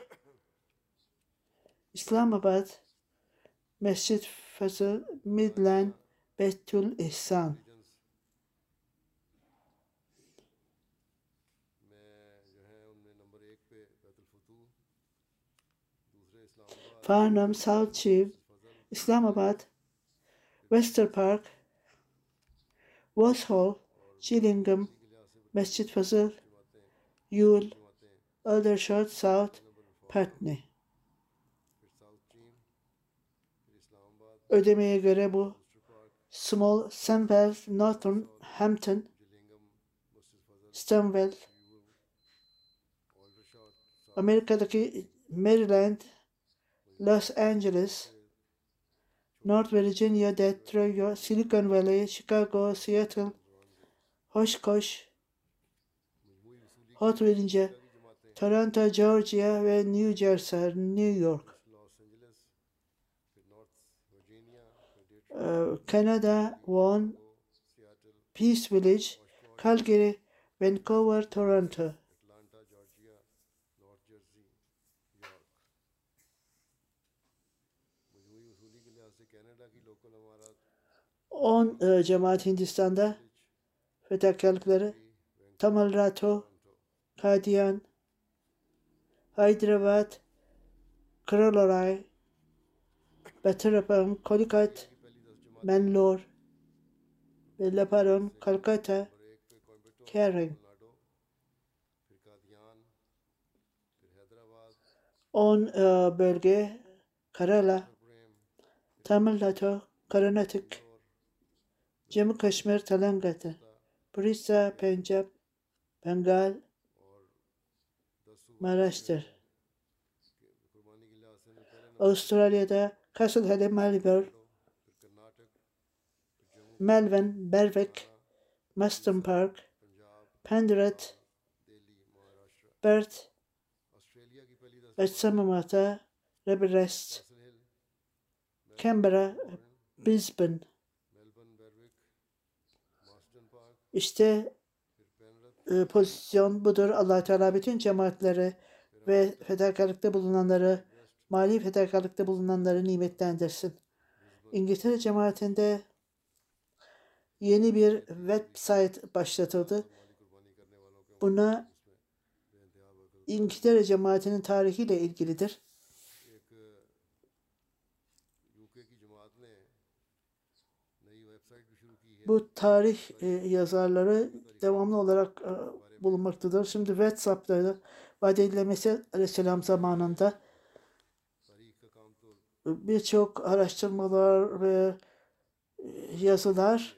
Speaker 2: İslamabad, Mescid Fazıl, Midland, Beytül İhsan.
Speaker 1: रीजन्स में जो है उनमें नंबर 1 पे बैतुल फतूह दूसरे इस्लामाबाद
Speaker 2: Farnham, South Chief,
Speaker 1: फजल
Speaker 2: İslamabad, Wester Park, Vauxhall, Gillingham,
Speaker 1: के लिहाज से
Speaker 2: Mescid Fazıl,
Speaker 1: जमातें
Speaker 2: Yule,
Speaker 1: जमातें
Speaker 2: Aldershot, South,
Speaker 1: नंबर पर
Speaker 2: Putney.
Speaker 1: फिर साउथ चीन फिर इस्लामाबाद
Speaker 2: Ödemeye göre bu
Speaker 1: बूस्टर पार्क
Speaker 2: Small, Sunwell, Northern, Hampton,
Speaker 1: जिलिंगम मस्जिद फजल
Speaker 2: Stonewall,
Speaker 1: यूल ऑल्डरशॉट
Speaker 2: Amerika'daki Maryland, Los Angeles, North Virginia, Detroit, Silicon Valley, Chicago, Seattle, Oshkosh,
Speaker 1: मजमूई वसूली
Speaker 2: Hot Virginia,
Speaker 1: की जमातें
Speaker 2: Toronto, Georgia ve New Jersey, New York.
Speaker 1: लॉस एंजलिस फिर नॉर्थ वर्जीनिया फिर डेट्रॉइट
Speaker 2: Canada, Vaughan,
Speaker 1: सियाटल
Speaker 2: Peace Village, Calgary, Vancouver, Toronto.
Speaker 1: एटलांटा जॉर्जिया नॉर्थ जर्सी यॉर्क मजमूई वसूली के लिहाज से कनाडा की लोकल अमारात
Speaker 2: 10 cemaat Hindistan'da fedakarlıkları Tamil Nadu, Kadian, Hyderabad, Kerala, Betterapam, Calicut,
Speaker 1: की पहली 10 जमात
Speaker 2: Mangalore, Bellaparam, Calcutta,
Speaker 1: नंबर 1 पे कोयम्बटूर
Speaker 2: Caring.
Speaker 1: तमिलनाडु फिर कादियान फिर हैदराबाद
Speaker 2: 10 bölge Kerala,
Speaker 1: प्रेम
Speaker 2: Tamil Nadu, Karnataka,
Speaker 1: और
Speaker 2: Jammu Kashmir, Telangana, Orissa, Punjab, Bengal,
Speaker 1: और 10 सूबे
Speaker 2: Maharashtra.
Speaker 1: कुर्बानी के लिहाज से पहले नंबर
Speaker 2: Avustralya'da Castle Hill, Melbourne,
Speaker 1: फिर कर्नाटक फिर जम्मू
Speaker 2: Melbourne, Berwick, Maston Park,
Speaker 1: पंजाब
Speaker 2: Penrith,
Speaker 1: दिल्ली महाराष्ट्र
Speaker 2: Perth,
Speaker 1: ऑस्ट्रेलिया की पहली 10
Speaker 2: Westsamamata, Rebelrest,
Speaker 1: कैसल हिल
Speaker 2: Canberra, Brisbane.
Speaker 1: मेलबर्न बेरविक मास्टन पार्क
Speaker 2: İşte
Speaker 1: फिर पेनरथ
Speaker 2: pozisyon budur. Allah Teala bütün cemaatleri ve fedakarlıkta bulunanları, mali fedakarlıkta bulunanları nimetlendirsin. İngiltere cemaatinde yeni bir website başlatıldı.
Speaker 1: माली कुर्बानी करने वालों के
Speaker 2: Buna
Speaker 1: उसमें बेइंतहा बरकत
Speaker 2: İngiltere cemaatinin tarihiyle ilgilidir.
Speaker 1: एक यूके की जमात ने नई वेबसाइट भी शुरू की है
Speaker 2: Bu tarih yazarları devamlı olarak bulunmaktadır. Şimdi WhatsApp'ta da Vadeli Mesih Aleyhisselam zamanında
Speaker 1: तारीख का काम तो
Speaker 2: birçok araştırmalar ve yazılar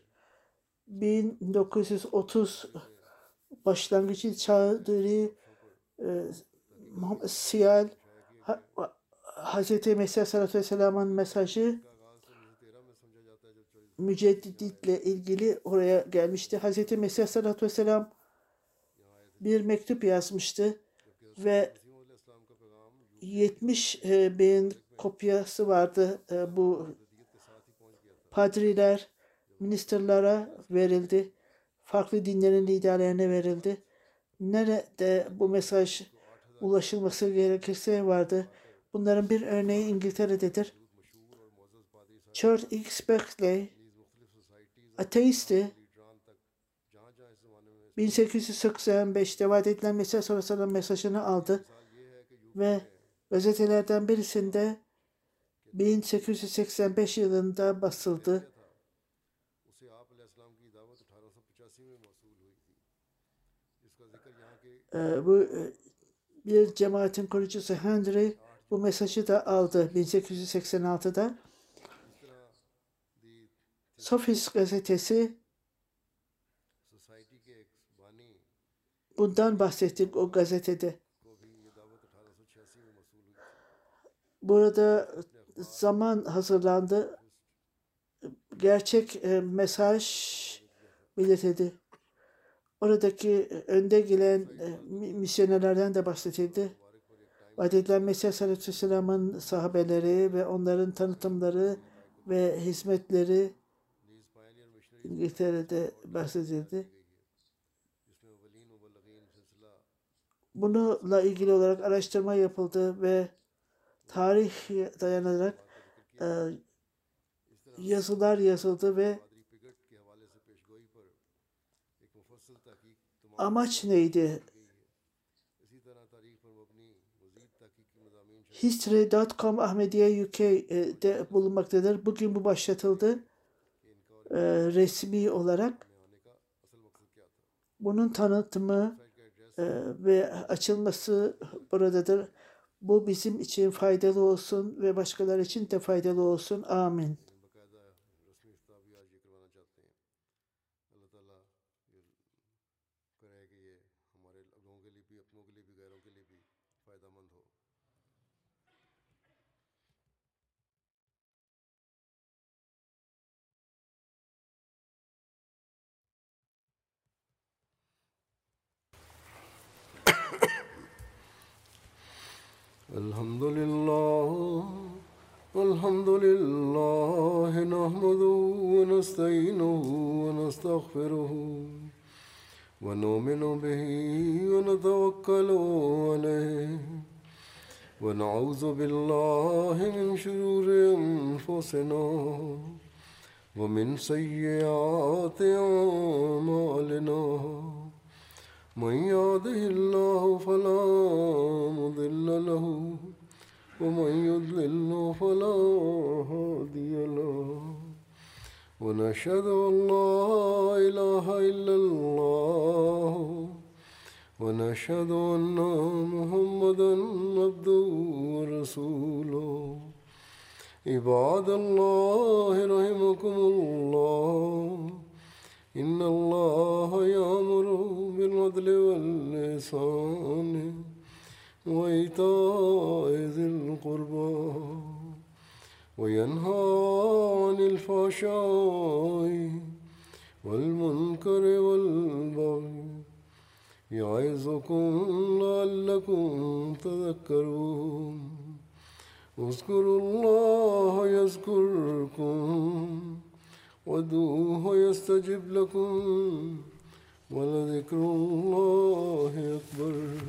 Speaker 2: 1930 başlangıcı çağdırı Muhammed Siyal Hz. Mesih Aleyhisselatü Vesselam'ın mesajı
Speaker 1: का आगाज तो 1913 में समझा जाता है जब
Speaker 2: mücedditle ilgili oraya gelmişti. Hz. Mesih Aleyhisselatü Vesselam bir mektup yazmıştı ve
Speaker 1: मसीह इस्लाम का पैगाम
Speaker 2: 70 bin kopyası vardı. Bu
Speaker 1: जदीद के साथ ही पहुंच गया था
Speaker 2: padriler, ministerlara verildi. Farklı dinlerin liderlerine verildi. Nerede bu mesaj ulaşılması gerekirse vardı. Bunların bir örneği İngiltere'dedir.
Speaker 1: मशहूर और मोअज़्ज़ज़ पादरी साहब
Speaker 2: Charles X. Berkeley,
Speaker 1: प्लीज मुख्तलिफ सोसाइटीज़
Speaker 2: ateisti,
Speaker 1: लीडरान तक जहाँ जहाँ इस ज़माने में
Speaker 2: 1885'te vaat edilen Mesih sallallahu aleyhi ve sellem mesajını aldı
Speaker 1: मिसाल ये है कि यूके
Speaker 2: ve Gazetelerden birisinde 1885 yılında basıldı.
Speaker 1: उसे आप अलैहिस्सलाम की दावत 1885 में मौसूल हुई थी। इसका जिक्र यहाँ के
Speaker 2: Bu bir cemaatin kurucusu Henry bu mesajı da aldı 1886'da.
Speaker 1: इस तरह दी
Speaker 2: Sofis gazetesi
Speaker 1: सोसाइटी के एक बानी
Speaker 2: bundan bahsettik o gazetede.
Speaker 1: को भी ये दावत 1886 में मौसूल हुई थी।
Speaker 2: Burada zaman hazırlandı. Gerçek mesaj belirtildi. Oradaki önde gelen misyonerlerden de bahsedildi. Vaat edilen Mesih Aleyhisselam'ın sahabeleri ve onların tanıtımları ve hizmetleri
Speaker 1: नीज पायनियर मिशनरी
Speaker 2: İngiltere'de bahsedildi.
Speaker 1: जिसमें अवलीन मुबल्लिगीन सिलसिला
Speaker 2: Bununla ilgili olarak araştırma yapıldı ve tarih dayanarak yazılar yazıldı ve
Speaker 1: पादरी पिगट के हवाले से पेशगोई पर एक मुफस्सल तहकीक तमाम
Speaker 2: amaç neydi?
Speaker 1: गई है। इसी तरह तारीख पर मबनी मज़ीद तहकीकी मज़ामीन शामिल
Speaker 2: History.com Ahmediye UK'de bulunmaktadır. Bugün bu başlatıldı
Speaker 1: कि इनका और
Speaker 2: resmi olarak.
Speaker 1: में होने का असल मकसद क्या था।
Speaker 2: Bunun tanıtımı
Speaker 1: वेबसाइट का एड्रेस
Speaker 2: ve açılması buradadır. Bu bizim için faydalı olsun ve başkaları için de faydalı olsun. Amin.
Speaker 1: बाकायदा रस्मी इफ्ताह भी आज ये करवाना चाहते हैं। अल्लाह ताला ये करे कि ये हमारे लोगों के लिए भी, अपनों के लिए भी, गैरों के लिए भी फ़ायदामंद हो। الحمد لله نحمده ونستعينه ونستغفره ونؤمن به ونتوكل عليه ونعوذ بالله من شرور أنفسنا ومن سيئات أعمالنا من يهده الله فلا مضل له ومن يضلل فلا هادي له ونشهد أن لا إله إلا الله ونشهد أن محمدا عبده ورسوله عباد الله رحمكم الله إن الله يأمر بالعدل والإحسان وإيتاء ذي القربى وينهى عن الفحشاء والمنكر والبغي يعظكم لعلكم تذكرون اذكروا الله يذكركم وادعوه يستجب لكم ولذكر الله أكبر.